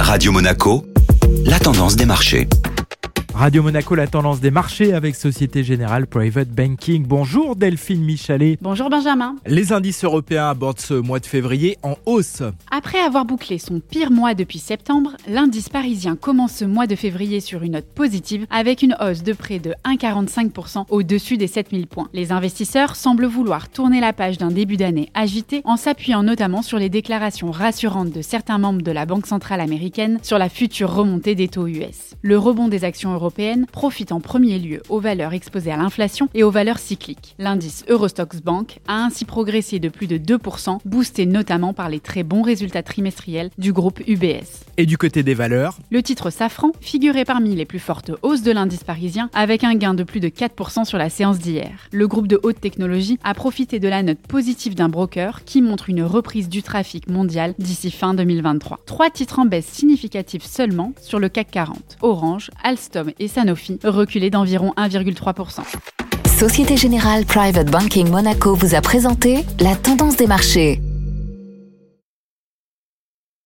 Radio Monaco, la tendance des marchés. Radio Monaco, la tendance des marchés avec Société Générale Private Banking. Bonjour Delphine Michalet. Bonjour Benjamin. Les indices européens abordent ce mois de février en hausse. Après avoir bouclé son pire mois depuis septembre, l'indice parisien commence ce mois de février sur une note positive avec une hausse de près de 1,45% au-dessus des 7000 points. Les investisseurs semblent vouloir tourner la page d'un début d'année agité en s'appuyant notamment sur les déclarations rassurantes de certains membres de la Banque centrale américaine sur la future remontée des taux US. Le rebond des actions européennes profite en premier lieu aux valeurs exposées à l'inflation et aux valeurs cycliques. L'indice Eurostoxx Bank a ainsi progressé de plus de 2%, boosté notamment par les très bons résultats trimestriels du groupe UBS. Et du côté des valeurs, le titre Safran figurait parmi les plus fortes hausses de l'indice parisien avec un gain de plus de 4% sur la séance d'hier. Le groupe de haute technologie a profité de la note positive d'un broker qui montre une reprise du trafic mondial d'ici fin 2023. 3 titres en baisse significative seulement sur le CAC 40. Orange, Alstom et Sanofi reculés d'environ 1,3%. Société Générale Private Banking Monaco vous a présenté la tendance des marchés.